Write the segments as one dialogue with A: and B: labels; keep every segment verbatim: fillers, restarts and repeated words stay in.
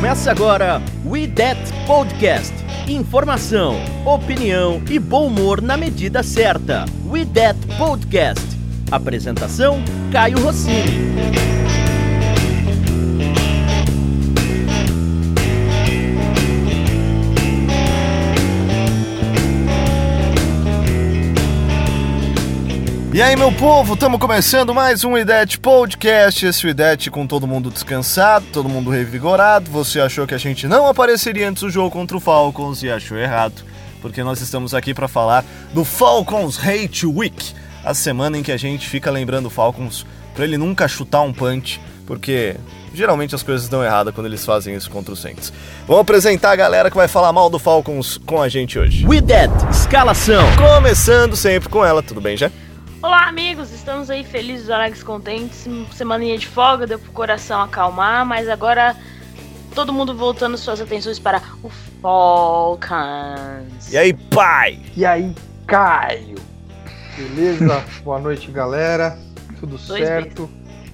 A: Começa agora We That Podcast. Informação, opinião e bom humor na medida certa. We That Podcast. Apresentação, Caio Rossini.
B: E aí, meu povo, estamos começando mais um IDET Podcast, esse IDET com todo mundo descansado, todo mundo revigorado. Você achou que a gente não apareceria antes do jogo contra o Falcons e achou errado, porque nós estamos aqui para falar do Falcons Hate Week, a semana em que a gente fica lembrando o Falcons para ele nunca chutar um punch, porque geralmente as coisas dão errado quando eles fazem isso contra os Saints. Vamos apresentar a galera que vai falar mal do Falcons com a gente hoje.
A: We That Escalação.
B: Começando sempre com ela, tudo bem, já?
C: Olá, amigos, estamos aí felizes, alegres, contentes, semaninha de folga, deu pro coração acalmar, mas agora todo mundo voltando suas atenções para o Falcons.
B: E aí, pai?
D: E aí, Caio? Beleza? Boa noite, galera, tudo
C: Dois
D: certo?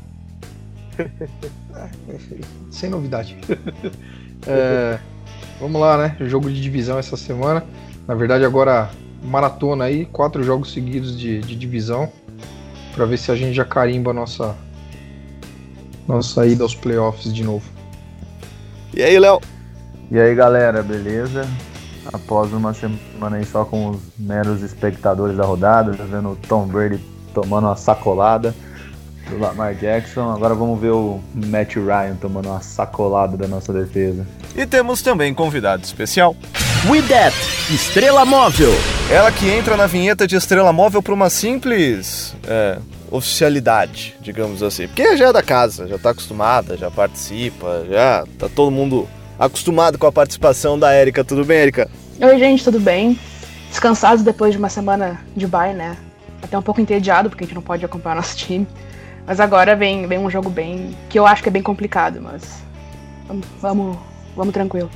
D: Sem novidade. É, vamos lá, né? Jogo de divisão essa semana, na verdade agora... maratona aí, quatro jogos seguidos de, de divisão, para ver se a gente já carimba a nossa, nossa ida aos playoffs de novo.
B: E aí, Léo?
E: E aí, galera, beleza? Após uma semana aí só com os meros espectadores da rodada, vendo o Tom Brady tomando uma sacolada do Lamar Jackson, agora vamos ver o Matt Ryan tomando uma sacolada da nossa defesa.
B: E temos também convidado especial,
A: We That Estrela Móvel.
B: Ela que entra na vinheta de Estrela Móvel por uma simples é, oficialidade, digamos assim. Porque já é da casa, já tá acostumada, já participa, já tá todo mundo acostumado com a participação da Érica. Tudo bem, Érica?
F: Oi, gente, tudo bem? Descansados depois de uma semana de bye, né? Até um pouco entediado, porque a gente não pode acompanhar nosso time. Mas agora vem, vem um jogo bem... que eu acho que é bem complicado, mas... Vamos, vamos, vamos tranquilo.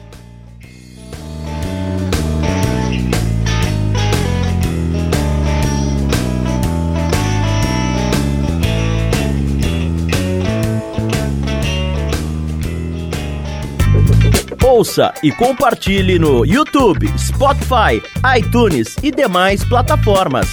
A: Ouça e compartilhe no YouTube, Spotify, iTunes e demais plataformas.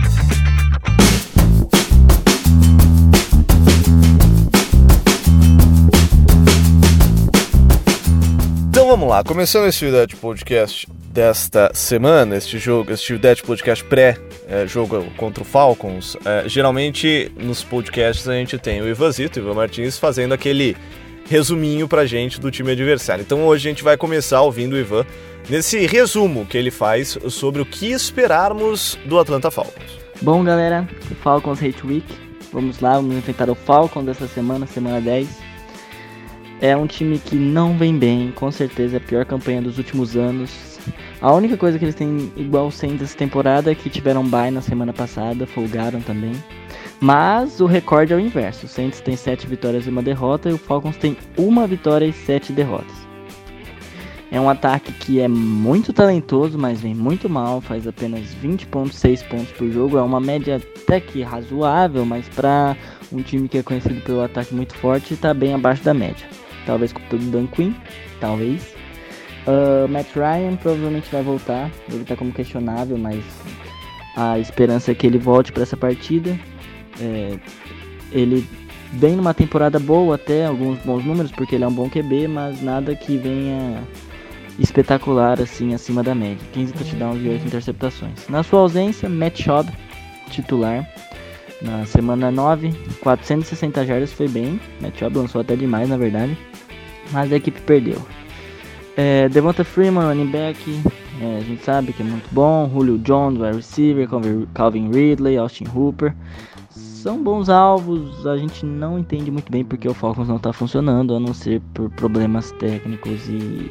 B: Então vamos lá, começando esse IDET Podcast desta semana, este jogo, este IDET Podcast pré-jogo é, contra o Falcons. É, geralmente nos podcasts a gente tem o Ivanzito, o Ivan Martins, fazendo aquele resuminho pra gente do time adversário. Então hoje a gente vai começar ouvindo o Ivan nesse resumo que ele faz sobre o que esperarmos do Atlanta Falcons.
G: Bom, galera, Falcons Hate Week, vamos lá, vamos enfrentar o Falcons dessa semana, semana dez. É um time que não vem bem, com certeza é a pior campanha dos últimos anos. A única coisa que eles têm igual os Saints essa temporada é que tiveram bye na semana passada, folgaram também. Mas o recorde é o inverso, o Saints tem sete vitórias e uma derrota e o Falcons tem uma vitória e sete derrotas. É um ataque que é muito talentoso, mas vem muito mal, faz apenas vinte vírgula seis pontos por jogo, é uma média até que razoável, mas para um time que é conhecido pelo ataque muito forte, está bem abaixo da média. Talvez com o Dan Quinn, talvez. Uh, Matt Ryan provavelmente vai voltar, ele está como questionável, mas a esperança é que ele volte para essa partida. É, ele vem numa temporada boa até, alguns bons números, porque ele é um bom Q B, mas nada que venha espetacular assim acima da média. quinze touchdowns e oito interceptações. Na sua ausência, Matt Schaub, titular. Na semana nove, quatrocentas e sessenta jardas, foi bem. Matt Schaub lançou até demais, na verdade, mas a equipe perdeu. é, Devonta Freeman, running back, é, a gente sabe que é muito bom. Julio Jones, wide receiver, Calvin Ridley, Austin Hooper, são bons alvos. A gente não entende muito bem porque o Falcons não está funcionando, a não ser por problemas técnicos e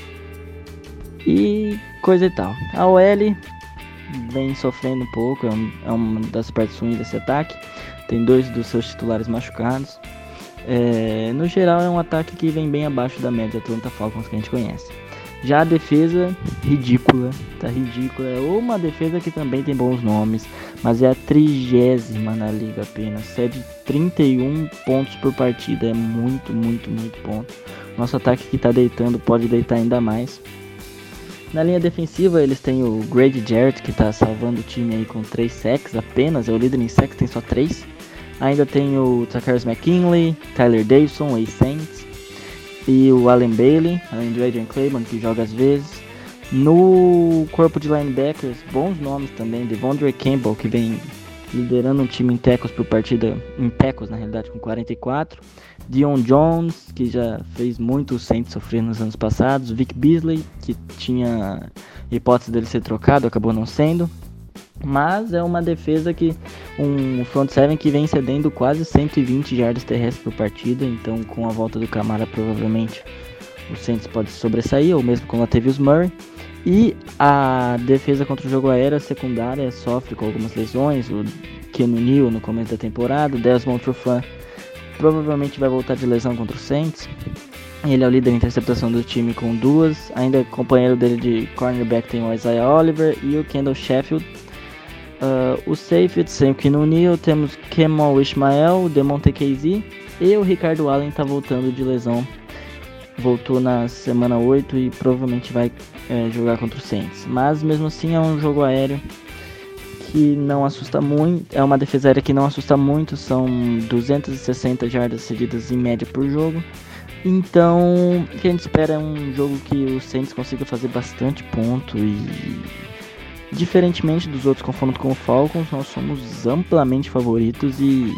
G: e coisa e tal. A O L vem sofrendo um pouco, é, um, é uma das partes ruins desse ataque. Tem dois dos seus titulares machucados. É, no geral é um ataque que vem bem abaixo da média do Atlanta Falcons que a gente conhece. Já a defesa, ridícula, tá ridícula. É uma defesa que também tem bons nomes, mas é a trigésima na liga apenas, cede trinta e um pontos por partida, é muito, muito, muito ponto. Nosso ataque que tá deitando pode deitar ainda mais. Na linha defensiva eles têm o Grady Jarrett, que tá salvando o time aí com três sacks apenas, é o líder em sacks, tem só três. Ainda tem o Takarius McKinley, Tyler Davison, ex-Saints, e o Allen Bailey, além do Adrian Claiborne, que joga às vezes. No corpo de linebackers, bons nomes também, Devondre Campbell, que vem liderando um time em tackles por partida, em tackles na realidade, com quarenta e quatro. Dion Jones, que já fez muito o Saints sofrer nos anos passados. Vic Beasley, que tinha hipótese dele ser trocado, acabou não sendo. Mas é uma defesa que, um front seven que vem cedendo quase cento e vinte jardas terrestres por partida. Então com a volta do Kamara provavelmente o Saints pode sobressair, ou mesmo com o Latavius Murray. E a defesa contra o jogo aéreo, a secundária, sofre com algumas lesões. O Keanu Neal no começo da temporada, o Desmond Trufant provavelmente vai voltar de lesão contra o Saints. Ele é o líder em interceptação do time com duas. Ainda companheiro dele de cornerback tem o Isaiah Oliver e o Kendall Sheffield. Uh, o safety sem o Keanu Neal, temos Kemal Ishmael, o Demonte Casey e o Ricardo Allen está voltando de lesão. Voltou na semana oito e provavelmente vai é, jogar contra o Saints. Mas mesmo assim é um jogo aéreo que não assusta muito. É uma defesa aérea que não assusta muito. São duzentas e sessenta jardas cedidas em média por jogo. Então o que a gente espera é um jogo que o Saints consiga fazer bastante ponto. E diferentemente dos outros confrontos com o Falcons, nós somos amplamente favoritos e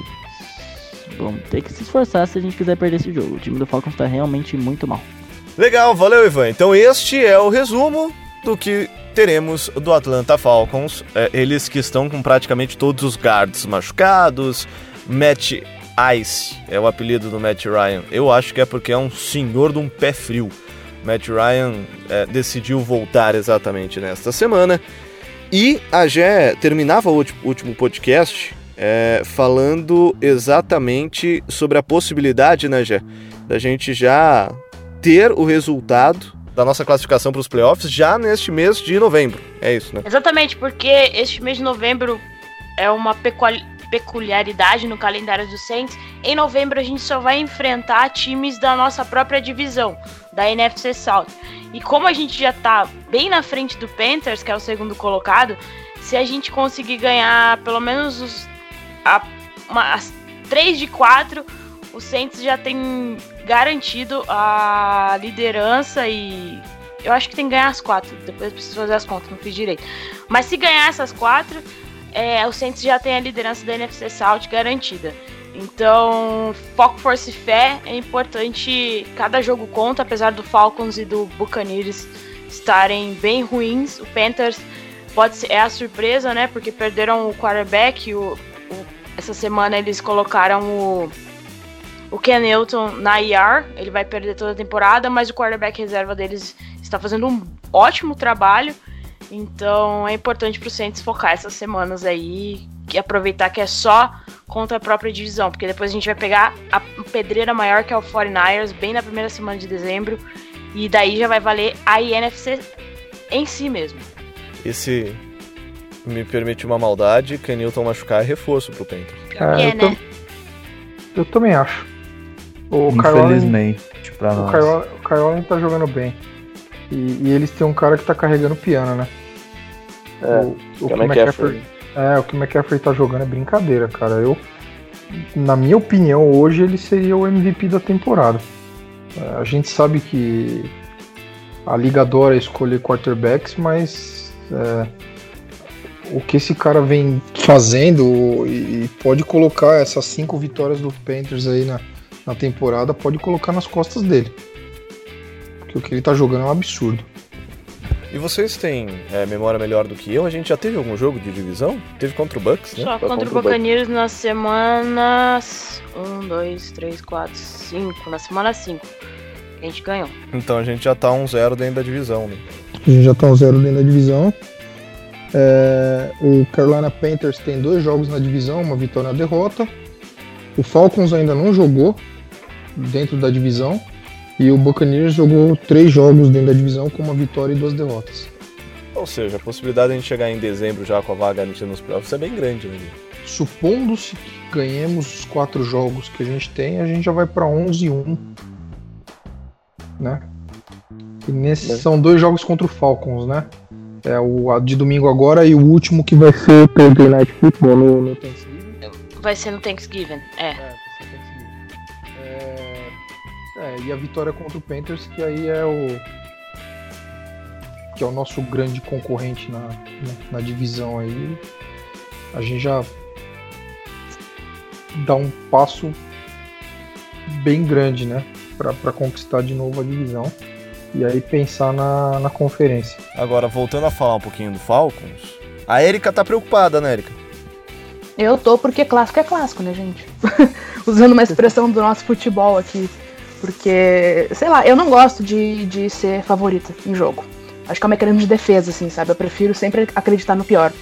G: vamos ter que se esforçar se a gente quiser perder esse jogo. O time do Falcons está realmente muito mal.
B: Legal, valeu, Ivan. Então este é o resumo do que teremos do Atlanta Falcons. É, eles que estão com praticamente todos os guards machucados. Matt Ice é o apelido do Matt Ryan. Eu acho que é porque é um senhor de um pé frio. Matt Ryan é, decidiu voltar exatamente nesta semana. E a Gé terminava o último podcast é, falando exatamente sobre a possibilidade, né, Gé, da gente já ter o resultado da nossa classificação para os playoffs já neste mês de novembro. É isso, né?
C: Exatamente, porque este mês de novembro é uma peculiaridade no calendário do Saints. Em novembro a gente só vai enfrentar times da nossa própria divisão, da N F C South. E como a gente já tá bem na frente do Panthers, que é o segundo colocado, se a gente conseguir ganhar pelo menos os, a, uma, as três de quatro, o Saints já tem garantido a liderança e eu acho que tem que ganhar as quatro. Depois eu preciso fazer as contas, não fiz direito. Mas se ganhar essas quatro, é, o Saints já tem a liderança da N F C South garantida. Então, foco, força e fé, é importante, cada jogo conta, apesar do Falcons e do Buccaneers estarem bem ruins. O Panthers pode ser, é a surpresa, né, porque perderam o quarterback, o, o, essa semana eles colocaram o, o Ken Newton na I R, ele vai perder toda a temporada, mas o quarterback reserva deles está fazendo um ótimo trabalho, então é importante para o Saints focar essas semanas aí, e aproveitar que é só contra a própria divisão, porque depois a gente vai pegar a pedreira maior, que é o quarenta e nine ers, bem na primeira semana de dezembro, e daí já vai valer a N F C em si mesmo.
B: E se me permite uma maldade, Kenilton machucar é reforço pro Panthers.
D: É,
C: é,
D: eu,
C: né?
D: tô, eu também acho. O
E: Infelizmente, pra nós.
D: O Kyle Allen tá jogando bem. E, e eles têm um cara que tá carregando o piano, né?
E: É,
D: o, o que o McCaffrey, é, o que o McCaffrey tá jogando é brincadeira, cara. Eu, na minha opinião, hoje ele seria o M V P da temporada. É, a gente sabe que a liga adora escolher quarterbacks, mas é, o que esse cara vem fazendo e pode colocar essas cinco vitórias do Panthers aí na, na temporada, pode colocar nas costas dele. Porque o que ele tá jogando é um absurdo.
B: E vocês têm é, memória melhor do que eu? A gente já teve algum jogo de divisão? Teve contra o Bucks, né?
C: Só
B: Foi
C: contra, contra o Buccaneers nas semanas um, dois, três, quatro, cinco. Na semana cinco. A gente ganhou.
B: Então a gente já tá um zero dentro da divisão, né?
D: A gente já tá um zero dentro da divisão. É, o Carolina Panthers tem dois jogos na divisão, uma vitória e uma derrota. O Falcons ainda não jogou dentro da divisão. E o Buccaneers jogou três jogos dentro da divisão com uma vitória e duas derrotas.
B: Ou seja, a possibilidade de a gente chegar em dezembro já com a vaga garantida nos playoffs é bem grande, né?
D: Supondo-se que ganhemos os quatro jogos que a gente tem, a gente já vai para onze e um, né? E nesses são dois jogos contra o Falcons, né? É o de domingo agora e o último que vai ser o Thursday Night Football no, no Thanksgiving.
C: Vai ser no Thanksgiving, é.
D: É, vai ser Thanksgiving. É, é, e a vitória contra o Panthers, que aí é o que é o nosso grande concorrente na, na, na divisão aí. A gente já dá um passo bem grande, né? Para conquistar de novo a divisão. E aí pensar na, na conferência.
B: Agora, voltando a falar um pouquinho do Falcons, a Erika tá preocupada, né, Erika?
F: Eu tô porque clássico é clássico, né, gente? Usando uma expressão do nosso futebol aqui. Porque, sei lá, eu não gosto de, de ser favorita em jogo. Acho que é um mecanismo de defesa, assim, sabe? Eu prefiro sempre acreditar no pior.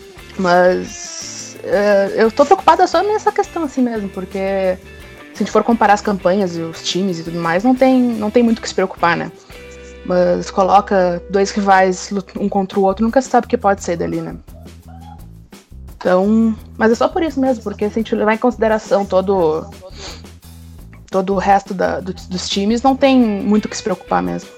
F: Mas uh, eu tô preocupada só nessa questão, assim mesmo, porque se a gente for comparar as campanhas e os times e tudo mais, não tem, não tem muito o que se preocupar, né? Mas coloca dois rivais um contra o outro, nunca se sabe o que pode ser dali, né? Então, mas é só por isso mesmo, porque se a gente levar em consideração todo, todo o resto da, do, dos times, não tem muito o que se preocupar mesmo.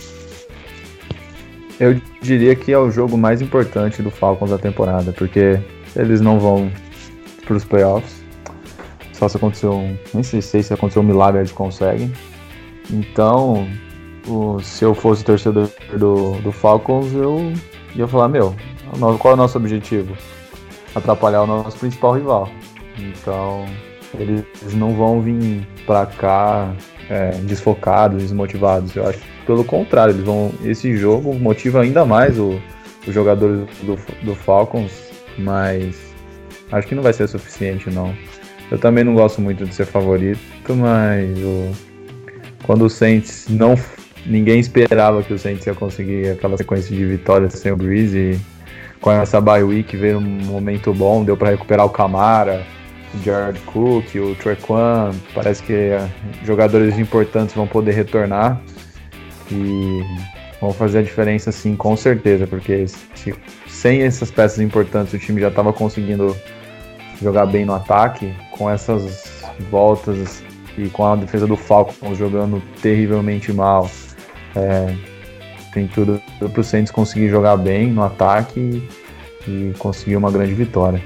E: Eu diria que é o jogo mais importante do Falcons da temporada, porque eles não vão para os playoffs. Só se aconteceu um... Nem sei se aconteceu um milagre, eles conseguem. Então, o, se eu fosse torcedor do, do Falcons, eu ia falar, meu, qual é o nosso objetivo? Atrapalhar o nosso principal rival. Então, eles não vão vir pra cá é, desfocados, desmotivados. Eu acho que pelo contrário, eles vão. Esse jogo motiva ainda mais o, os jogadores do, do Falcons, mas acho que não vai ser suficiente, não. Eu também não gosto muito de ser favorito, mas o, quando o Saints não. Ninguém esperava que o Saints ia conseguir aquela sequência de vitórias sem o Breeze, e com essa bye week veio um momento bom, deu para recuperar o Kamara, o Jared Cook, o Trequan. Parece que jogadores importantes vão poder retornar e vão fazer a diferença, sim, com certeza, porque se, sem essas peças importantes o time já estava conseguindo jogar bem no ataque. Com essas voltas e com a defesa do Falcons jogando terrivelmente mal, é, tem tudo para o Saints conseguir jogar bem no ataque e, e conseguir uma grande vitória.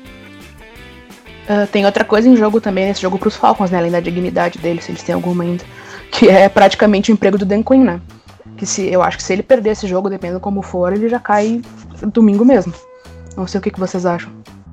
F: Uh, tem outra coisa em jogo também, nesse jogo pros Falcons, né? Além da dignidade deles, se eles têm alguma ainda, que é praticamente o emprego do Dan Quinn, né? Que se, eu acho que se ele perder esse jogo, dependendo como for, ele já cai domingo mesmo. Não sei o que, que vocês acham.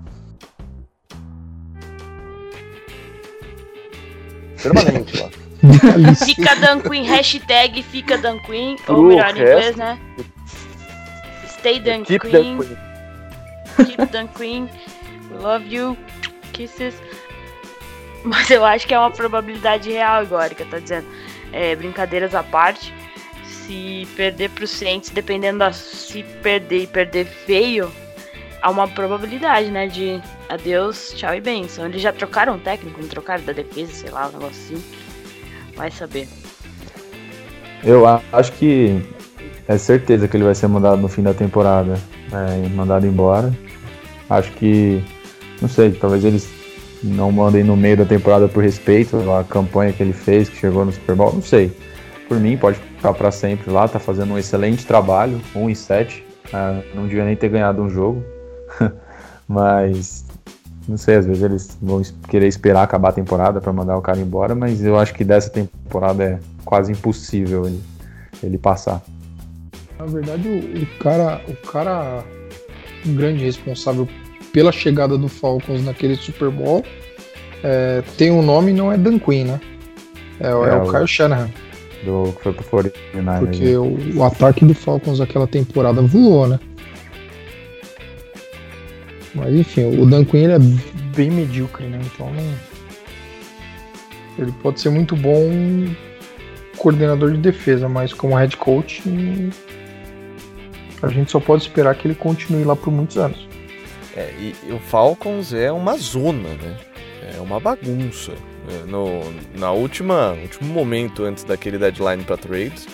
B: Permanente lá.
C: Fica Dan Quinn, hashtag fica Dan Quinn,
B: Pro
C: ou melhor em
B: resto,
C: inglês, né? Stay Dan
B: Keep
C: Quinn.
B: Dan Quinn.
C: Keep Dan Quinn. We love you. Kisses. Mas eu acho que é uma probabilidade real agora, que eu tô dizendo. É, brincadeiras à parte. Se perder pro Saints, dependendo da... Se perder e perder feio, há uma probabilidade, né? De adeus, tchau e benção. Eles já trocaram o técnico, não trocaram da defesa, sei lá, um negócio assim. Vai saber.
E: Eu acho que é certeza que ele vai ser mandado no fim da temporada. É, mandado embora. Acho que... Não sei, talvez eles não mandem no meio da temporada por respeito à campanha que ele fez, que chegou no Super Bowl. Não sei. Por mim, pode ficar para sempre lá. Tá fazendo um excelente trabalho. um e sete. É, não devia nem ter ganhado um jogo. Mas... Não sei, às vezes eles vão querer esperar acabar a temporada para mandar o cara embora, mas eu acho que dessa temporada é quase impossível ele, ele passar.
D: Na verdade, o, o cara, o cara, um grande responsável pela chegada do Falcons naquele Super Bowl, é, tem um nome e não é Dan Quinn, né? É, é, é o, o Kyle Shanahan.
E: Do que foi pro quarenta e nove.
D: Porque né? o, o ataque do Falcons naquela temporada voou, né? Mas enfim, o Dan Quinn ele é bem medíocre, né? Então não... ele pode ser muito bom coordenador de defesa, mas como head coach a gente só pode esperar que ele continue lá por muitos anos.
B: É, e, e o Falcons é uma zona, né? É uma bagunça. É, no na última último momento antes daquele deadline para trades,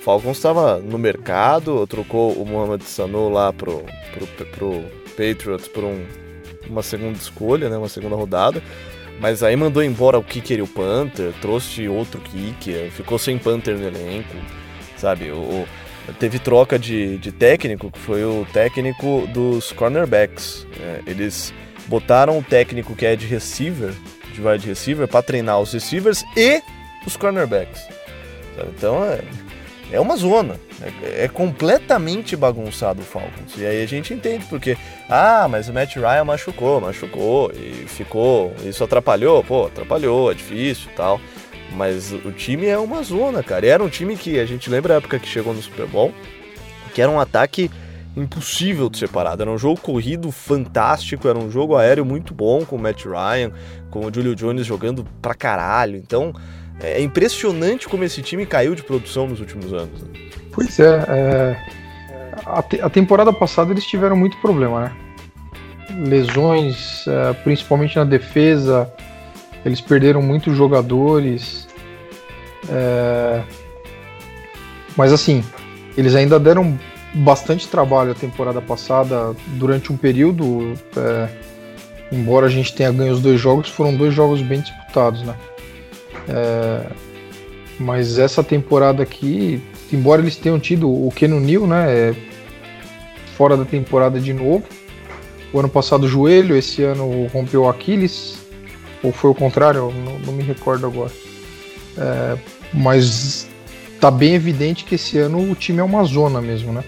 B: Falcons estava no mercado, trocou o Mohamed Sanu lá pro, pro, pro Patriots por um, uma segunda escolha, né, uma segunda rodada, mas aí mandou embora o kicker e o punter, trouxe outro kicker, ficou sem punter no elenco, sabe? O, o, teve troca de, de técnico, que foi o técnico dos cornerbacks. É, eles botaram o técnico que é de receiver, de wide receiver, para treinar os receivers e os cornerbacks. Sabe? Então é, é uma zona, é, é completamente bagunçado o Falcons. E aí a gente entende porque, ah, mas o Matt Ryan machucou, machucou e ficou, isso atrapalhou, pô, atrapalhou, é difícil e tal. Mas o time é uma zona, cara. E era um time que a gente lembra a época que chegou no Super Bowl, que era um ataque impossível de ser parado. Era um jogo corrido fantástico, era um jogo aéreo muito bom com o Matt Ryan, com o Julio Jones jogando pra caralho. Então é impressionante como esse time caiu de produção nos últimos anos. Né?
D: Pois é, é... A, te... a temporada passada eles tiveram muito problema, né? Lesões, é, principalmente na defesa. Eles perderam muitos jogadores, é... mas assim, eles ainda deram bastante trabalho a temporada passada durante um período, é... embora a gente tenha ganho os dois jogos, foram dois jogos bem disputados, né? É... Mas essa temporada aqui, embora eles tenham tido o Keanu Neal, né, é... fora da temporada de novo, o ano passado o joelho, esse ano rompeu o Aquiles. Ou foi o contrário, não, não me recordo agora. É, mas tá bem evidente que esse ano o time é uma zona mesmo, né?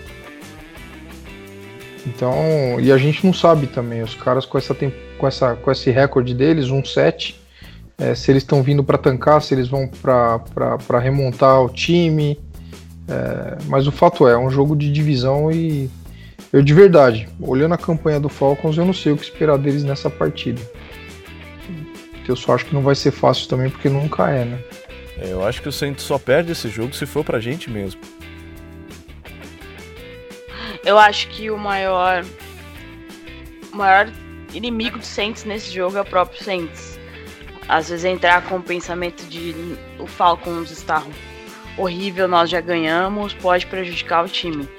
D: Então, e a gente não sabe também, os caras com, essa, com, essa, com esse recorde deles, um sete, é, se eles estão vindo para tancar, se eles vão para remontar o time. É, mas o fato é, é um jogo de divisão e eu de verdade, olhando a campanha do Falcons, eu não sei o que esperar deles nessa partida. Eu só acho que não vai ser fácil também, porque nunca é, né?
B: É, eu acho que o Saints só perde esse jogo se for pra gente mesmo.
C: Eu acho que o maior o maior inimigo do Saints nesse jogo é o próprio Saints. Às vezes entrar com o pensamento de o Falcons está horrível, nós já ganhamos, pode prejudicar o time.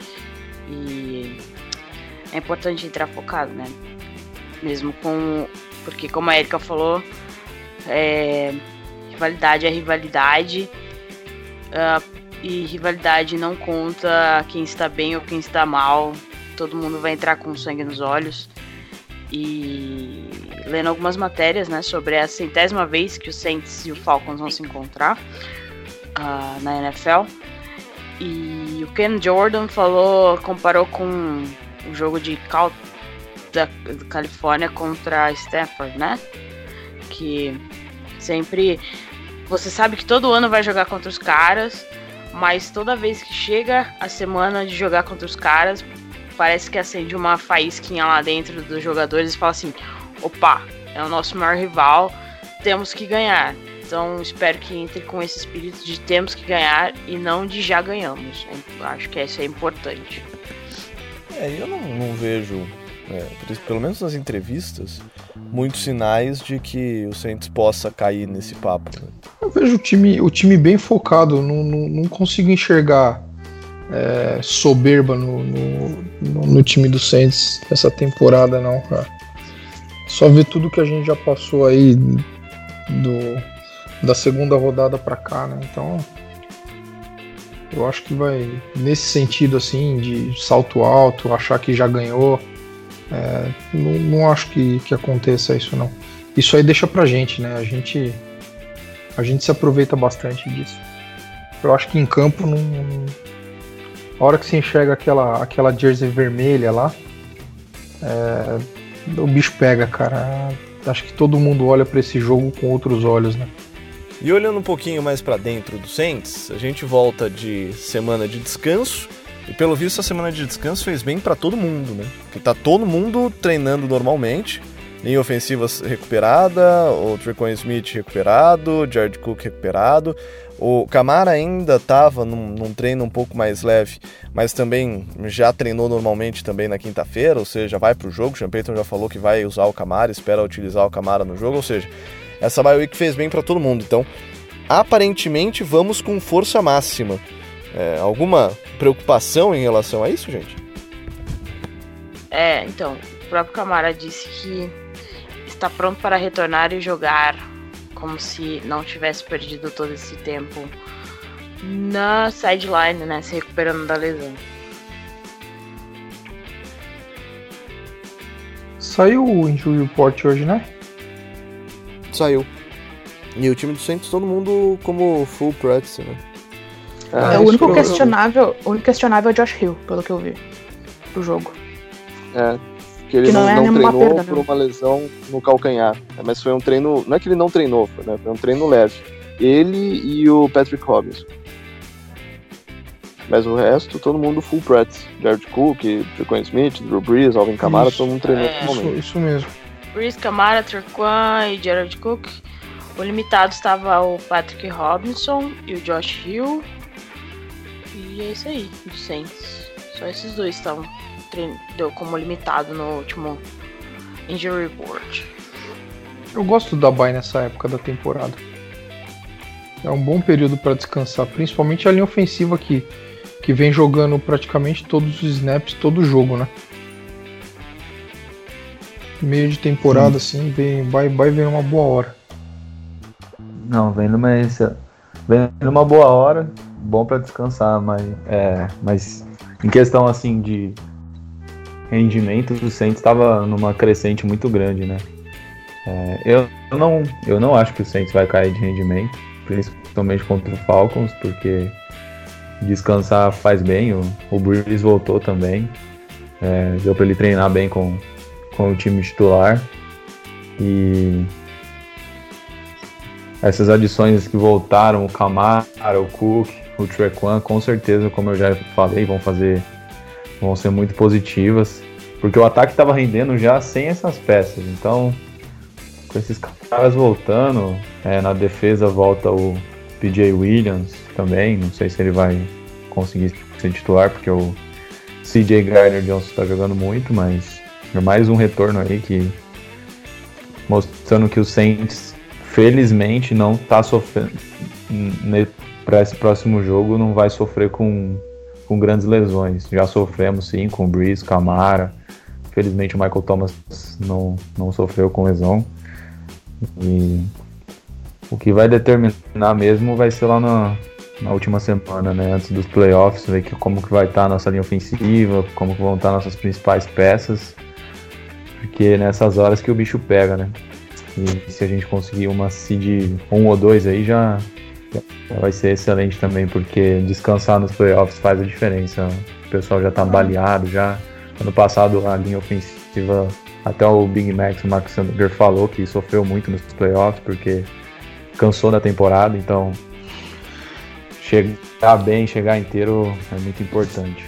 C: E é importante entrar focado, né? Mesmo com... Porque como a Erika falou, é, rivalidade é rivalidade, uh, e rivalidade não conta quem está bem ou quem está mal, todo mundo vai entrar com sangue nos olhos. E lendo algumas matérias, né, sobre a centésima vez que o Saints e o Falcons vão se encontrar uh, na N F L, e o Ken Jordan falou, comparou com o jogo de Cal da Califórnia contra Stanford, né? Que sempre você sabe que todo ano vai jogar contra os caras, mas toda vez que chega a semana de jogar contra os caras, parece que acende uma faísquinha lá dentro dos jogadores e fala assim: opa, é o nosso maior rival, temos que ganhar. Então espero que entre com esse espírito de temos que ganhar e não de já ganhamos. Eu acho que isso é importante.
B: É, eu não, não vejo, é, pelo menos nas entrevistas, muitos sinais de que o Saints possa cair nesse papo. Né?
D: Eu vejo o time, o time bem focado, não, não, não consigo enxergar é, soberba no, no, no, no time do Saints essa temporada, não, cara. Só ver tudo que a gente já passou aí do, da segunda rodada pra cá, né? Então, eu acho que vai nesse sentido, assim, de salto alto, achar que já ganhou. É, não, não acho que, que aconteça isso, não. Isso aí deixa pra gente, né? A gente, a gente se aproveita bastante disso. Eu acho que em campo, não, não, a hora que você enxerga aquela, aquela jersey vermelha lá, é, o bicho pega, cara. Acho que todo mundo olha pra esse jogo com outros olhos, né?
B: E olhando um pouquinho mais pra dentro do Saints, a gente volta de semana de descanso. E pelo visto a semana de descanso fez bem pra todo mundo, né? Porque tá todo mundo treinando normalmente. Linha ofensiva recuperada, o Tre'Quan Smith recuperado, o Jared Cook recuperado. O Kamara ainda estava num, num treino um pouco mais leve, mas também já treinou normalmente também na quinta-feira, ou seja, vai pro jogo. O Sean Payton já falou que vai usar o Kamara, espera utilizar o Kamara no jogo, ou seja, essa bye week fez bem para todo mundo. Então, aparentemente, vamos com força máxima. É, alguma preocupação em relação a isso, gente?
C: É, então, o próprio Camara disse que está pronto para retornar e jogar como se não tivesse perdido todo esse tempo na sideline, né, se recuperando da lesão.
D: Saiu o injury report hoje, né?
B: Saiu. E o time do Saints, todo mundo como full practice, né?
F: É, é o único questionável, o único questionável é o Josh Hill, pelo que eu vi do jogo.
H: É, que ele
F: que não,
H: não,
F: é
H: não treinou
F: perda,
H: por
F: não.
H: uma lesão no calcanhar. Mas foi um treino, não é que ele não treinou, foi, né, foi um treino leve. Ele e o Patrick Robinson. Mas o resto, todo mundo full practice. Jared Cook, Tre'Quan Smith, Drew Brees, Alvin Kamara,
D: Isso.
H: todo mundo treinou
C: É,
H: no
D: Isso,
H: momento.
D: isso mesmo.
C: Brees, Kamara, Tre'Quan e Jared Cook. O limitado estava o Patrick Robinson e o Josh Hill. E é isso aí, do Saints. Só esses dois estavam trein... deu como limitado no último Injury Report.
D: Eu gosto da bye nessa época da temporada. É um bom período para descansar, principalmente a linha ofensiva que, que vem jogando praticamente todos os snaps, todo o jogo, né? Meio de temporada,
E: Sim.
D: assim, vem, bye, bye vem uma boa hora.
E: Não, vem numa, vem numa boa hora, bom pra descansar, mas, é, mas em questão assim de rendimento, o Saints estava numa crescente muito grande, né? É, eu, eu, não, eu não acho que o Saints vai cair de rendimento, principalmente contra o Falcons, porque descansar faz bem, o, o Brees voltou também, é, deu pra ele treinar bem com, com o time titular, e essas adições que voltaram, o Kamara, o Cook, o Tre'Quan, com certeza, como eu já falei, vão fazer, vão ser muito positivas, porque o ataque estava rendendo já sem essas peças. Então, com esses caras voltando, é, na defesa volta o P J Williams também, não sei se ele vai conseguir ser titular, porque o C J Gardner-Johnson está jogando muito, mas é mais um retorno aí que mostrando que o Saints felizmente não está sofrendo para esse próximo jogo, não vai sofrer com, com grandes lesões. Já sofremos sim com o Brees, Kamara. Felizmente o Michael Thomas não, não sofreu com lesão. E o que vai determinar mesmo vai ser lá na, na última semana, né, antes dos playoffs, ver que, como que vai estar a nossa linha ofensiva, como que vão estar nossas principais peças, porque é nessas horas que o bicho pega, né? E se a gente conseguir uma seed um ou dois aí, já, já vai ser excelente também, porque descansar nos playoffs faz a diferença. O pessoal já tá baleado, já. Ano passado a linha ofensiva, até o Big Max, o Mark Sander falou que sofreu muito nos playoffs, porque cansou da temporada, então chegar bem, chegar inteiro é muito importante.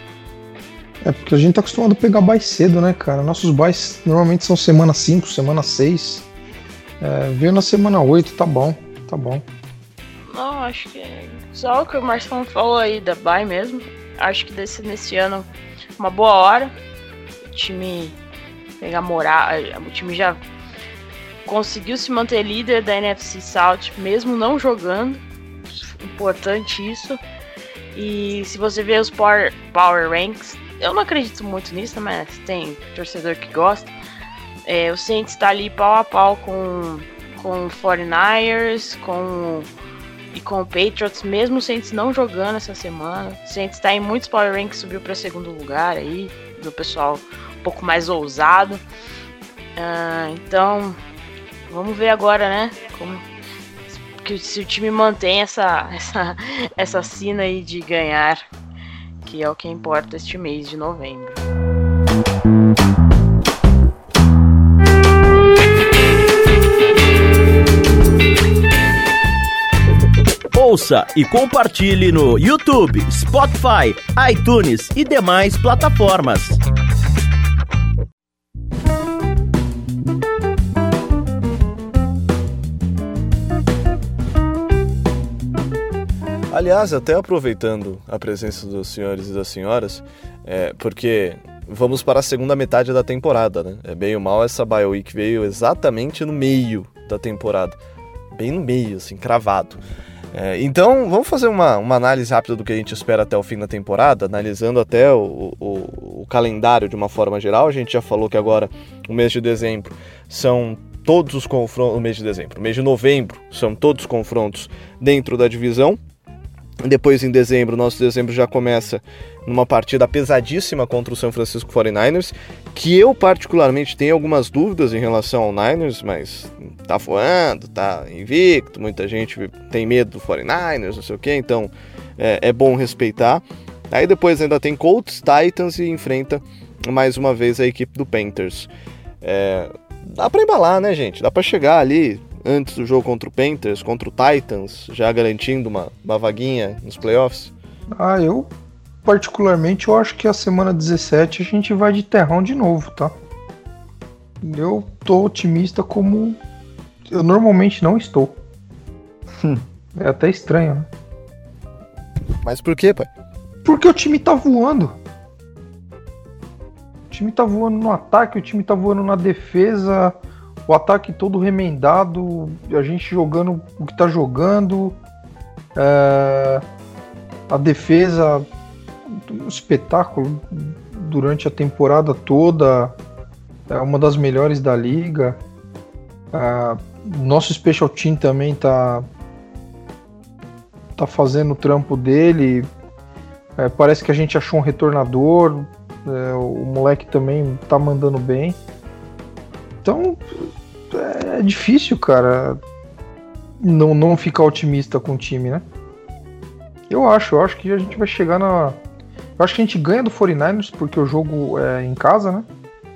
D: É porque a gente tá acostumado a pegar bye cedo, né, cara? Nossos byes normalmente são semana cinco, semana seis. É, veio na semana oito, tá bom, tá bom.
C: Não, acho que é só o que o Marcelo falou aí da bye mesmo. Acho que desse, nesse ano uma boa hora. O time pegar moral, o time já conseguiu se manter líder da N F C South, mesmo não jogando. Importante isso. E se você ver os Power, power Ranks, eu não acredito muito nisso, mas tem torcedor que gosta. É, o Saints está ali pau a pau com, com o forty-niners com, e com o Patriots, mesmo o Saints não jogando essa semana. O Saints está em muitos Power Ranks, subiu para segundo lugar aí, do pessoal um pouco mais ousado. Uh, então, vamos ver agora, né? Como, que, se o time mantém essa, essa, essa sina aí de ganhar, que é o que importa este mês de novembro.
A: Ouça e compartilhe no YouTube, Spotify, iTunes e demais plataformas.
B: Aliás, até aproveitando a presença dos senhores e das senhoras, é, porque vamos para a segunda metade da temporada, né? É bem ou mal, essa bye week veio exatamente no meio da temporada. Bem no meio, assim, cravado. É, então, vamos fazer uma, uma análise rápida do que a gente espera até o fim da temporada, analisando até o, o, o calendário de uma forma geral. A gente já falou que agora, o mês de dezembro, são todos os confrontos... O mês de dezembro, o mês de novembro, são todos os confrontos dentro da divisão. Depois, em dezembro, nosso dezembro já começa numa partida pesadíssima contra o San Francisco forty-niners, que eu particularmente tenho algumas dúvidas em relação ao Niners, mas tá voando, tá invicto, muita gente tem medo do forty-niners, não sei o que, então é, é bom respeitar. Aí depois ainda tem Colts, Titans e enfrenta mais uma vez a equipe do Panthers. É, dá pra embalar, né, gente? Dá pra chegar ali antes do jogo contra o Panthers, contra o Titans, já garantindo uma, uma vaguinha nos playoffs?
D: Ah, eu particularmente eu acho que a semana dezessete a gente vai de terrão de novo, tá? Eu tô otimista como eu normalmente não estou. Hum, é até estranho, né?
B: Mas por quê, pai?
D: Porque o time tá voando. O time tá voando no ataque, o time tá voando na defesa, o ataque todo remendado, a gente jogando o que tá jogando, é, a defesa, um espetáculo durante a temporada toda, é uma das melhores da liga. É, nosso special team também tá, tá fazendo o trampo dele. É, parece que a gente achou um retornador, é, o moleque também tá mandando bem. Então é difícil, cara, não, não ficar otimista com o time, né? Eu acho, eu acho que a gente vai chegar na... Eu acho que a gente ganha do forty-niners porque o jogo é em casa, né?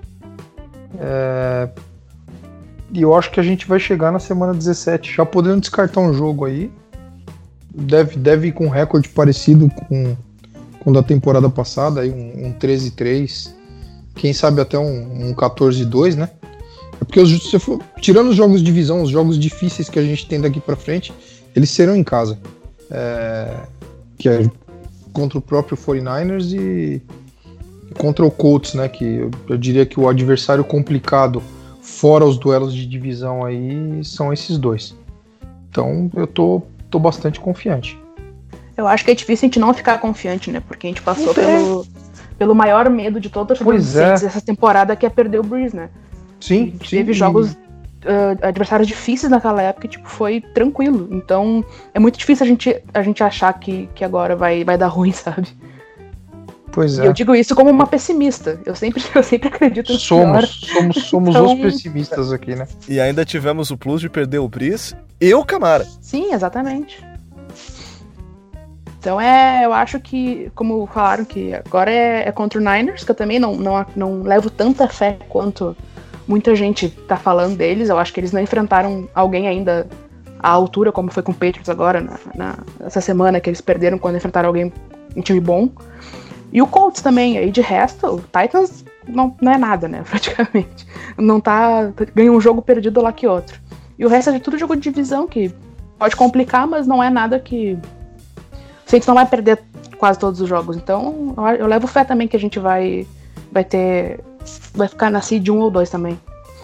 D: É... E eu acho que a gente vai chegar na semana dezessete, já podendo descartar um jogo aí. Deve, deve ir com um recorde parecido com, com o da temporada passada, aí um, um treze a três, quem sabe até um, um quatorze a dois, né? É porque os, se for, tirando os jogos de divisão, os jogos difíceis que a gente tem daqui pra frente, eles serão em casa. É, que é contra o próprio forty-niners e, e contra o Colts, né? Que eu, eu diria que o adversário complicado, fora os duelos de divisão aí, são esses dois. Então eu tô, tô bastante confiante.
F: Eu acho que é difícil a gente não ficar confiante, né? Porque a gente passou pelo, pelo maior medo de toda a
D: Pois é.
F: essa temporada, que é perder o Breeze, né?
D: Sim,
F: sim.
D: Teve
F: jogos, uh, adversários difíceis naquela época e tipo, foi tranquilo. Então é muito difícil a gente, a gente achar que, que agora vai, vai dar ruim, sabe?
D: Pois é.
F: E eu digo isso como uma pessimista. Eu sempre, eu sempre acredito no
D: somos,
F: pior.
D: somos, somos
F: então...
D: os pessimistas aqui, né?
B: E ainda tivemos o plus de perder o Breeze e o Camara.
F: Sim, exatamente. Então é, eu acho que, como falaram, que agora é, é contra o Niners, que eu também não, não, não levo tanta fé quanto muita gente tá falando deles. Eu acho que eles não enfrentaram alguém ainda à altura, como foi com o Patriots agora, na, na, essa semana, que eles perderam quando enfrentaram alguém, um time bom. E o Colts também, aí de resto, o Titans não, não é nada, né, praticamente. Não tá, ganha um jogo perdido lá que outro. E o resto é de tudo jogo de divisão, que pode complicar, mas não é nada que... O Saints não vai perder quase todos os jogos. Então, eu levo fé também que a gente vai, vai ter... Vai ficar na seed um ou dois também.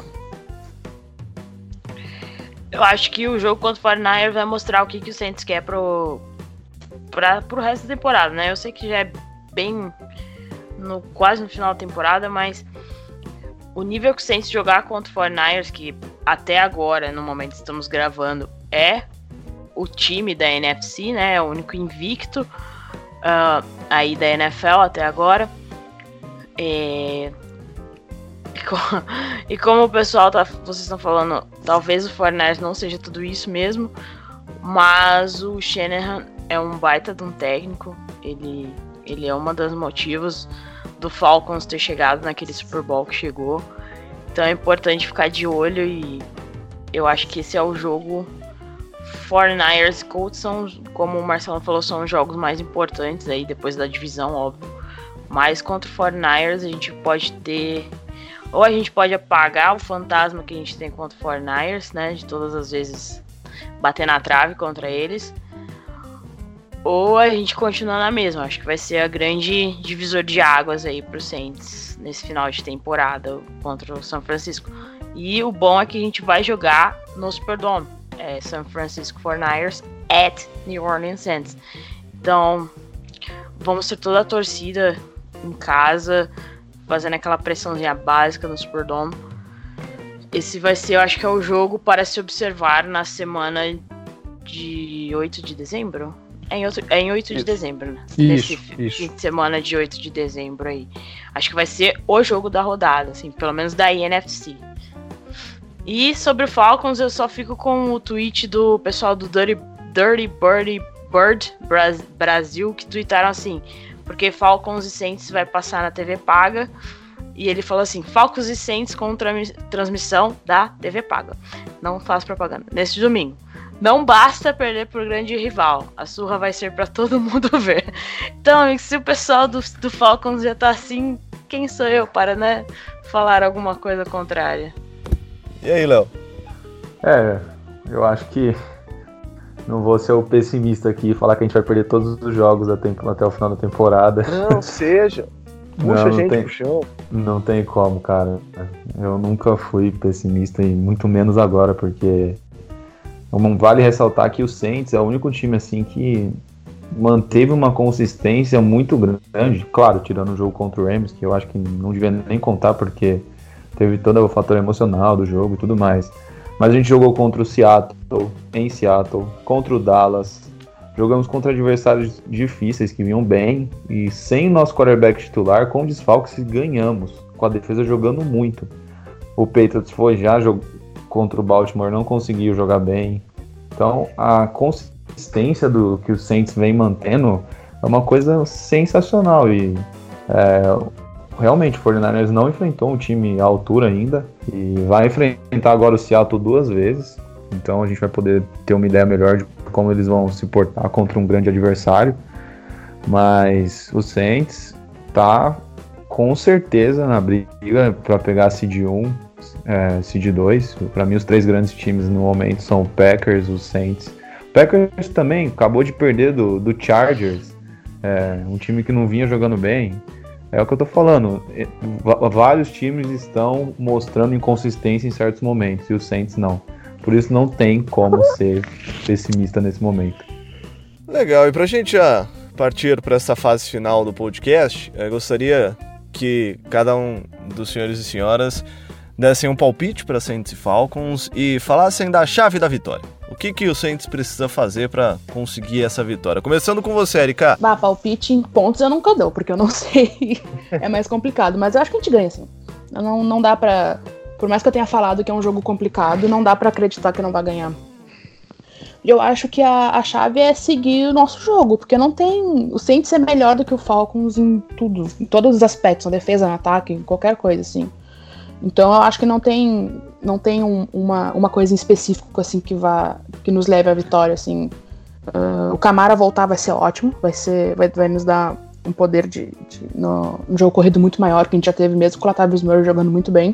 C: Eu acho que o jogo contra o forty-niners vai mostrar o que, que o Saints quer pro, pra, pro resto da temporada, né? Eu sei que já é bem no, quase no final da temporada, mas o nível que o Saints jogar contra o forty-niners, que até agora, no momento que estamos gravando, é o time da N F C, né? É o único invicto uh, aí da N F L até agora. É... E como o pessoal tá, vocês estão falando, talvez o forty-niners não seja tudo isso mesmo, mas o Shanahan é um baita de um técnico. Ele, ele é uma das motivos do Falcons ter chegado naquele Super Bowl que chegou. Então é importante ficar de olho, e eu acho que esse é o jogo. forty-niners e Colts são, como o Marcelo falou, são os jogos mais importantes aí, depois da divisão, óbvio. Mas contra o forty-niners a gente pode ter... Ou a gente pode apagar o fantasma que a gente tem contra o forty-niners, né? De todas as vezes bater na trave contra eles. Ou a gente continua na mesma. Acho que vai ser a grande divisor de águas aí pro Saints nesse final de temporada contra o São Francisco. E o bom é que a gente vai jogar no Superdome. é San Francisco forty-niners at New Orleans Saints. Então, vamos ter toda a torcida em casa, fazendo aquela pressãozinha básica no Superdome. Esse vai ser, eu acho que é o jogo para se observar na semana de oito de dezembro? É em, outro, é em oito de dezembro, né?
D: Isso,
C: Nesse
D: isso.
C: fim de semana de oito de dezembro aí. Acho que vai ser o jogo da rodada, assim, pelo menos da N F C. E sobre o Falcons, eu só fico com o tweet do pessoal do Dirty, Dirty Birdie Bird Bras, Brasil, que tweetaram assim, porque Falcons e Saints vai passar na T V paga, e ele falou assim, Falcons e Saints com trans, transmissão da T V paga. Não faz propaganda. Nesse domingo. Não basta perder pro grande rival. A surra vai ser pra todo mundo ver. Então, amigo, se o pessoal do, do Falcons já tá assim, quem sou eu para, né, falar alguma coisa contrária?
B: E aí, Léo?
E: É, eu acho que não vou ser o pessimista aqui e falar que a gente vai perder todos os jogos a tempo, até o final da temporada.
H: Não, seja. Puxa
E: Não,
H: a gente
E: tem,
H: pro chão.
E: Não tem como, cara. Eu nunca fui pessimista e muito menos agora, porque vale ressaltar que o Saints é o único time assim que manteve uma consistência muito grande. Claro, tirando o jogo contra o Rams, que eu acho que não devia nem contar, porque teve todo o fator emocional do jogo e tudo mais. Mas a gente jogou contra o Seattle, em Seattle, contra o Dallas. Jogamos contra adversários difíceis que vinham bem. E sem o nosso quarterback titular, com desfalques, ganhamos. Com a defesa jogando muito. O Patriots foi já jog... contra o Baltimore, não conseguiu jogar bem. Então a consistência do que o Saints vem mantendo é uma coisa sensacional. E é, realmente o forty-niners não enfrentou um time à altura ainda. E vai enfrentar agora o Seattle duas vezes. Então a gente vai poder ter uma ideia melhor de como eles vão se portar contra um grande adversário. Mas o Saints tá com certeza na briga para pegar a seed um, é, seed dois. Para mim os três grandes times no momento são o Packers, o Saints. O Packers também acabou de perder do, do Chargers, é, um time que não vinha jogando bem. É o que eu tô falando, vários times estão mostrando inconsistência em certos momentos e o Saints não. Por isso não tem como ser pessimista nesse momento.
B: Legal, e pra gente já partir para essa fase final do podcast, eu gostaria que cada um dos senhores e senhoras dessem um palpite para Saints e Falcons e falassem da chave da vitória. O que, que o Saints precisa fazer para conseguir essa vitória? Começando com você, Erika.
F: Bah, palpite em pontos eu nunca dou, porque eu não sei. É mais complicado, mas eu acho que a gente ganha, assim. Não, não dá pra... Por mais que eu tenha falado que é um jogo complicado, não dá pra acreditar que não vai ganhar. Eu acho que a, a chave é seguir o nosso jogo, porque não tem... O Saints é melhor do que o Falcons em tudo, em todos os aspectos, na defesa, no ataque, em qualquer coisa, assim. Então eu acho que não tem, não tem um, uma, uma coisa em específico, assim, que, vá, que nos leve à vitória, assim. Uh, o Camara voltar vai ser ótimo, vai, ser, vai, vai nos dar um poder de, de no, um jogo corrido muito maior que a gente já teve mesmo, com o Latavius Murray jogando muito bem.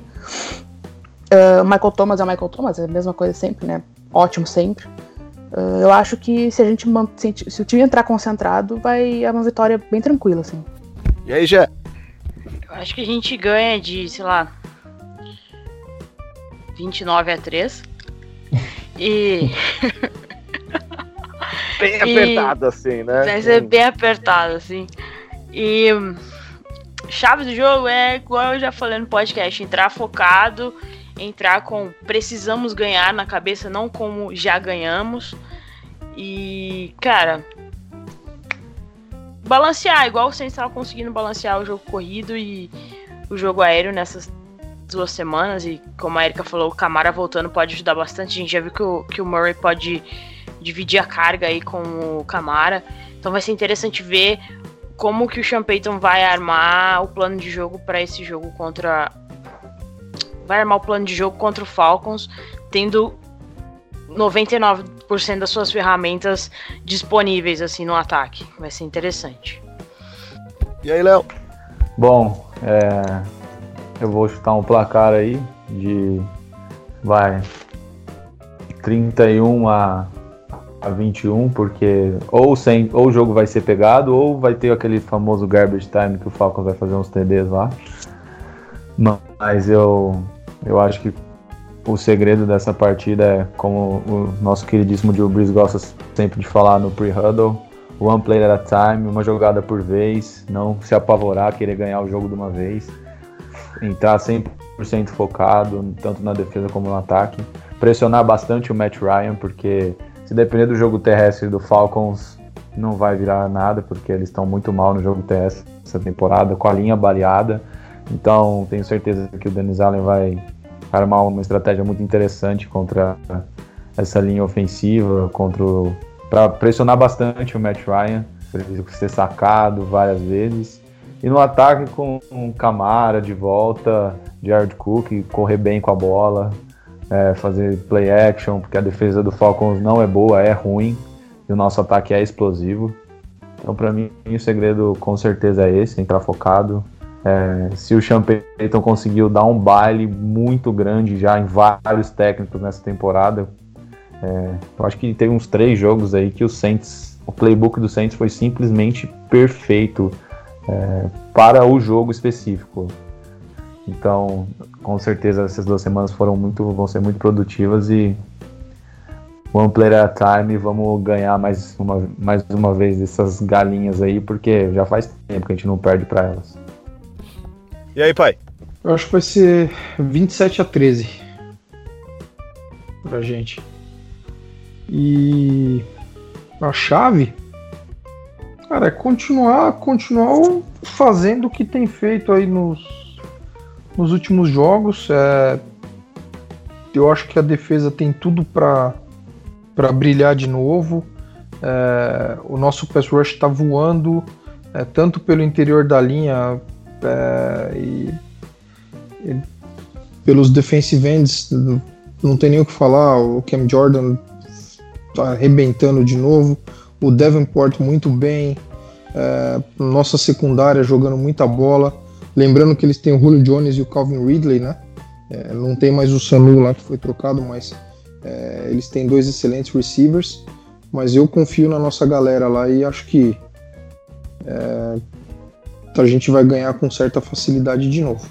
F: Uh, Michael Thomas é o Michael Thomas, é a mesma coisa sempre, né? Ótimo sempre. Uh, eu acho que se a gente se, se o time entrar concentrado, vai é uma vitória bem tranquila, assim.
B: E aí, Jé?
C: Eu acho que a gente ganha de, sei lá, vinte e nove a três. E...
H: Bem apertado, e... assim, né?
C: Vai ser bem apertado, assim. E... Chave do jogo é, igual eu já falei no podcast, entrar focado, entrar com precisamos ganhar na cabeça, não como já ganhamos. E, cara, balancear, igual o Saints estava conseguindo balancear o jogo corrido e o jogo aéreo nessas duas semanas. E como a Erika falou, o Camara voltando pode ajudar bastante. A gente já viu que o, que o Murray pode dividir a carga aí com o Camara. Então vai ser interessante ver como que o Sean Payton vai armar o plano de jogo para esse jogo contra... Vai armar o plano de jogo contra o Falcons, tendo noventa e nove por cento das suas ferramentas disponíveis assim no ataque. Vai ser interessante.
B: E aí, Léo?
E: Bom, é... eu vou chutar um placar aí de... Vai... trinta e um a vinte e um, porque ou, sem, ou o jogo vai ser pegado, ou vai ter aquele famoso garbage time que o Falcons vai fazer uns T Ds lá. Mas eu, eu acho que o segredo dessa partida é, como o nosso queridíssimo Drew Brees gosta sempre de falar no pre-huddle, one play at a time, uma jogada por vez, não se apavorar, querer ganhar o jogo de uma vez, entrar cem por cento focado, tanto na defesa como no ataque, pressionar bastante o Matt Ryan, porque se depender do jogo terrestre do Falcons, não vai virar nada, porque eles estão muito mal no jogo terrestre essa temporada, com a linha baleada. Então tenho certeza que o Dennis Allen vai armar uma estratégia muito interessante contra essa linha ofensiva, contra para pressionar bastante o Matt Ryan, para ele ser sacado várias vezes. E no ataque com o Kamara de volta, Jared Cook, correr bem com a bola, é, fazer play action, porque a defesa do Falcons não é boa, é ruim, e o nosso ataque é explosivo. Então, para mim, o segredo com certeza é esse, entrar focado. É, se o Sean Payton conseguiu dar um baile muito grande já em vários técnicos nessa temporada, é, eu acho que teve uns três jogos aí que o Saints, o playbook do Saints foi simplesmente perfeito é, para o jogo específico. Então, com certeza essas duas semanas foram muito, vão ser muito produtivas e one player at a time, vamos ganhar mais uma, mais uma vez essas galinhas aí, porque já faz tempo que a gente não perde para elas.
B: E aí, pai?
D: Eu acho que vai ser vinte e sete a treze pra gente. E a chave, cara, é continuar, continuar fazendo o que tem feito aí nos, nos últimos jogos. É, eu acho que a defesa tem tudo para para brilhar de novo. É, o nosso pass rush está voando, é, tanto pelo interior da linha é, e, e pelos defensive ends, não tem nem o que falar. O Cam Jordan tá arrebentando de novo, o Davenport muito bem, é, nossa secundária jogando muita bola. Lembrando que eles têm o Julio Jones e o Calvin Ridley, né? É, não tem mais o Sanu lá que foi trocado, mas é, eles têm dois excelentes receivers. Mas eu confio na nossa galera lá e acho que é, a gente vai ganhar com certa facilidade de novo.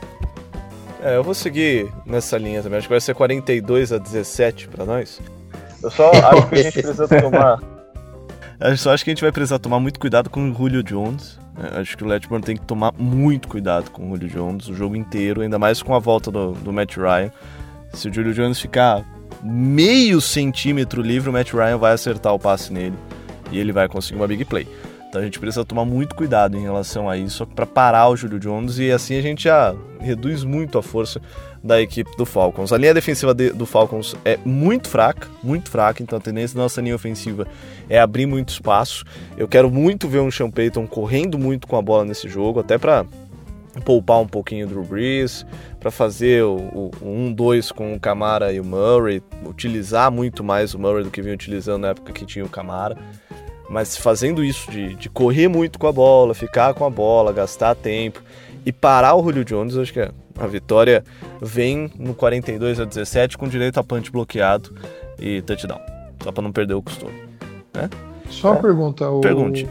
B: É, eu vou seguir nessa linha também. Acho que vai ser quarenta e dois a dezessete para nós. Eu só acho que a gente precisa tomar. Eu só acho que a gente vai precisar tomar muito cuidado com o Julio Jones. Eu acho que o Letburn tem que tomar muito cuidado com o Julio Jones o jogo inteiro, ainda mais com a volta do, do Matt Ryan. Se o Julio Jones ficar meio centímetro livre, o Matt Ryan vai acertar o passe nele e ele vai conseguir uma big play. Então a gente precisa tomar muito cuidado em relação a isso para parar o Julio Jones, e assim a gente já reduz muito a força da equipe do Falcons. A linha defensiva de, do Falcons é muito fraca, muito fraca, então a tendência da nossa linha ofensiva é abrir muito espaço. Eu quero muito ver um Sean Payton correndo muito com a bola nesse jogo, até para poupar um pouquinho o Drew Brees, para fazer o um dois com o Kamara e o Murray, utilizar muito mais o Murray do que vinha utilizando na época que tinha o Kamara. Mas fazendo isso de, de correr muito com a bola, ficar com a bola, gastar tempo e parar o Julio Jones, eu acho que a vitória vem no quarenta e dois a dezessete com direito a punch bloqueado e touchdown, só para não perder o costume, né?
D: Só uma é. pergunta, o...
B: Pergunte.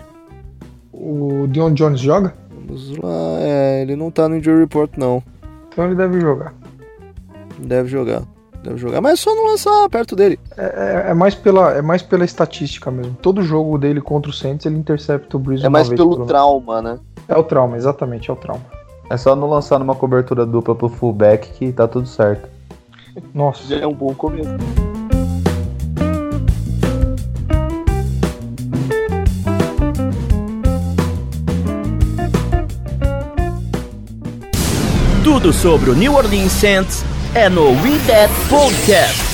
D: O Dion Jones joga?
B: Vamos lá, é, ele não tá no injury report não.
D: Então ele deve jogar.
B: Deve jogar. Deve jogar, mas só não lançar perto dele.
D: É, é, é, mais pela, é mais pela estatística mesmo. Todo jogo dele contra o Saints, ele intercepta o Brees.
H: É mais pelo trauma, né?
D: É o trauma, exatamente, é o trauma.
E: É só não lançar numa cobertura dupla pro fullback que tá tudo certo.
D: Nossa.
H: Já é um bom começo.
A: Tudo sobre o New Orleans Saints é no We That Podcast.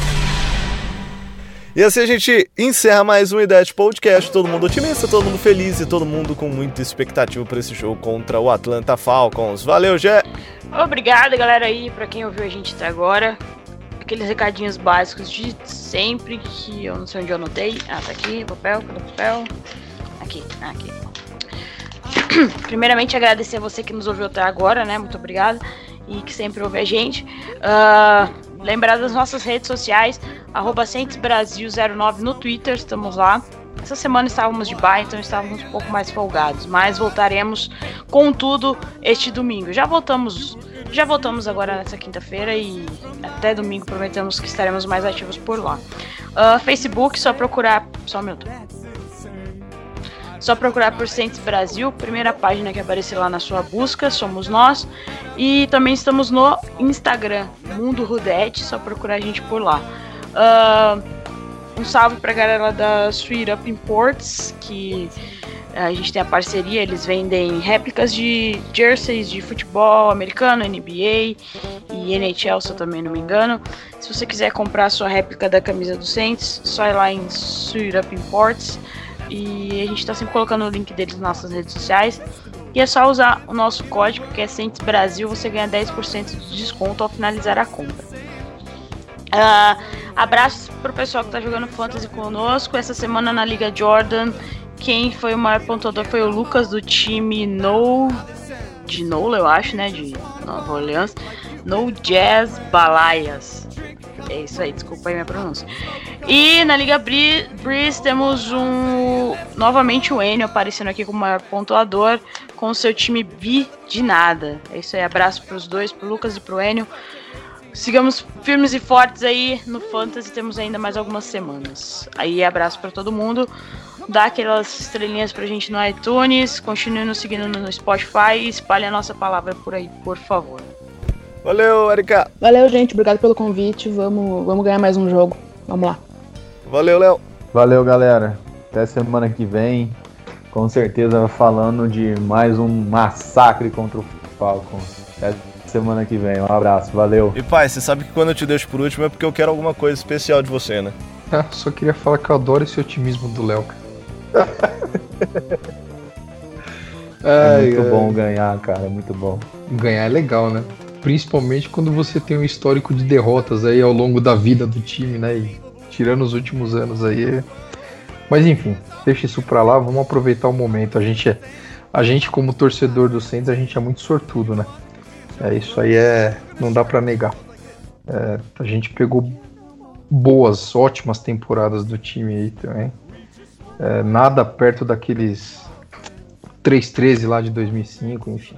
B: E assim a gente encerra mais um We That Podcast. Todo mundo otimista, todo mundo feliz e todo mundo com muita expectativa para esse jogo contra o Atlanta Falcons. Valeu, Gé!
C: Obrigado, galera, aí, pra quem ouviu a gente até agora. Aqueles recadinhos básicos de sempre, que eu não sei onde eu anotei. Ah, tá aqui, papel, cadê o papel? Aqui, aqui. Primeiramente, agradecer a você que nos ouviu até agora, né? Muito obrigado. E que sempre ouve a gente. Uh, lembrar das nossas redes sociais, arroba Saints Brasil zero nove no Twitter, estamos lá. Essa semana estávamos de bye, então estávamos um pouco mais folgados, mas voltaremos com tudo este domingo. Já voltamos Já voltamos agora nessa quinta-feira e até domingo prometemos que estaremos mais ativos por lá. Uh, Facebook, só procurar... Só um minuto. Só procurar por Saints Brasil, primeira página que aparecer lá na sua busca, somos nós. E também estamos no Instagram, Mundo Rudete, só procurar a gente por lá. Uh, um salve pra galera da Sweet Up Imports, que a gente tem a parceria, eles vendem réplicas de jerseys de futebol americano, N B A e N H L, se eu também não me engano. Se você quiser comprar a sua réplica da camisa do Saints, só ir lá em Sweet Up Imports. E a gente tá sempre colocando o link deles nas nossas redes sociais. E é só usar o nosso código, que é Saints Brasil, você ganha dez por cento de desconto ao finalizar a compra. Uh, abraços pro pessoal que tá jogando Fantasy conosco. Essa semana na Liga Jordan, quem foi o maior pontuador foi o Lucas do time No... de Nola, eu acho, né? De Nova Orleans. No Jazz Balaias. É isso aí, desculpa aí minha pronúncia. E na Liga Breeze temos um novamente o Enio aparecendo aqui como maior pontuador com o seu time bi de nada. É isso aí, abraço pros dois, pro Lucas e pro Enio. Sigamos firmes e fortes aí no Fantasy, temos ainda mais algumas semanas. Aí abraço pra todo mundo. Dá aquelas estrelinhas pra gente no iTunes, continue nos seguindo no Spotify e espalhe a nossa palavra por aí, por favor.
B: Valeu, Erika.
F: Valeu, gente. Obrigado pelo convite. Vamos, vamos ganhar mais um jogo. Vamos lá.
B: Valeu, Léo.
E: Valeu, galera. Até semana que vem. Com certeza falando de mais um massacre contra o Falcons. Até semana que vem. Um abraço. Valeu.
B: E pai, você sabe que quando eu te deixo por último é porque eu quero alguma coisa especial de você, né?
D: Ah, só queria falar que eu adoro esse otimismo do Léo.
E: É muito ai, bom ai. ganhar, cara. É muito bom.
D: Ganhar é legal, né? Principalmente quando você tem um histórico de derrotas aí ao longo da vida do time, né? E tirando os últimos anos aí. Mas enfim, deixa isso pra lá, vamos aproveitar o momento. A gente, é, a gente como torcedor do Saints, a gente é muito sortudo, né? É, isso aí é, não dá pra negar. É, a gente pegou boas, ótimas temporadas do time aí também. É, nada perto daqueles três treze lá de dois mil e cinco, enfim.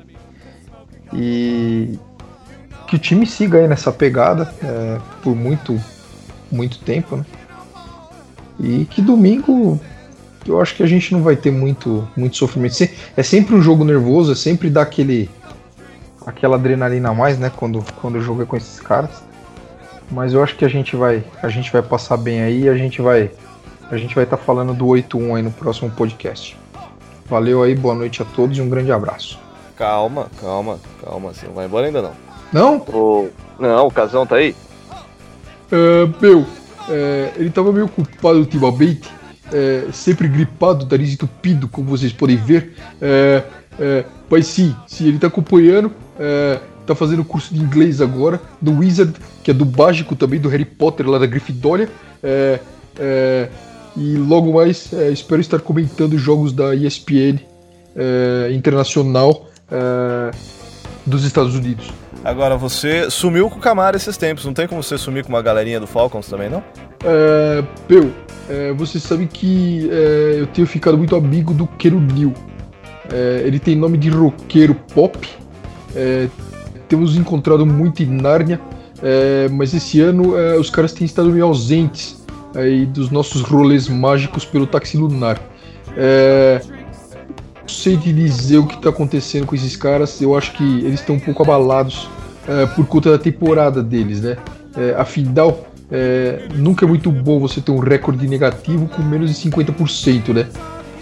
D: E que o time siga aí nessa pegada é, por muito, muito tempo, né? E que domingo eu acho que a gente não vai ter muito, muito sofrimento. É sempre um jogo nervoso, é sempre dar aquele, aquela adrenalina a mais, né? Quando, quando o jogo é com esses caras. Mas eu acho que a gente vai, a gente vai passar bem aí e a gente vai a gente vai estar tá falando do oito um aí no próximo podcast. Valeu aí, boa noite a todos e um grande abraço.
B: Calma, calma, calma, você não vai embora ainda não.
D: Não?
H: O... Não, o Casão tá aí?
D: Uh, meu, é, ele tava meio ocupado ultimamente, é, sempre gripado, nariz entupido, como vocês podem ver. É, é, mas sim, sim, ele tá acompanhando, é, tá fazendo curso de inglês agora, do Wizard, que é do Mágico também, do Harry Potter lá da Grifinória. É, é, e logo mais, é, espero estar comentando jogos da E S P N é, internacional é, dos Estados Unidos.
B: Agora, você sumiu com o Camara esses tempos, não tem como você sumir com uma galerinha do Falcons também, não?
D: É, Peu, é, você sabe que é, eu tenho ficado muito amigo do Querunil. É, ele tem nome de roqueiro pop, é, temos encontrado muito em Nárnia, é, mas esse ano é, os caras têm estado meio ausentes aí dos nossos rolês mágicos pelo táxi lunar. É, não sei te dizer o que está acontecendo com esses caras, eu acho que eles estão um pouco abalados é, por conta da temporada deles, né? É, afinal, é, nunca é muito bom você ter um recorde negativo com menos de cinquenta por cento, né?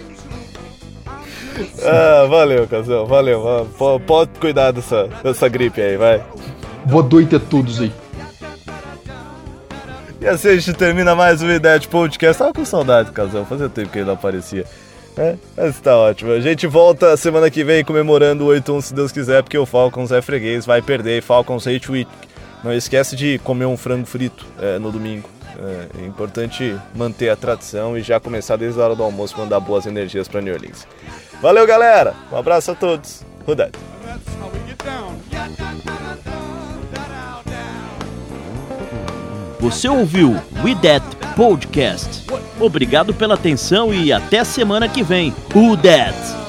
B: Ah, valeu, Casão, valeu. Pode, pode cuidar dessa, dessa gripe aí, vai.
D: Boa noite a todos aí.
B: E assim a gente termina mais um Idete Podcast. Tava com saudade, Casão, fazia tempo que ele não aparecia. É, mas tá ótimo. A gente volta semana que vem comemorando o oito um, se Deus quiser, porque o Falcons é freguês, vai perder. Falcons Hate Week. Não esquece de comer um frango frito é, no domingo. É, é importante manter a tradição e já começar desde a hora do almoço, mandar boas energias pra New Orleans. Valeu, galera. Um abraço a todos. Rudete.
A: Você ouviu We That Podcast. Obrigado pela atenção e até semana que vem. Who Dat?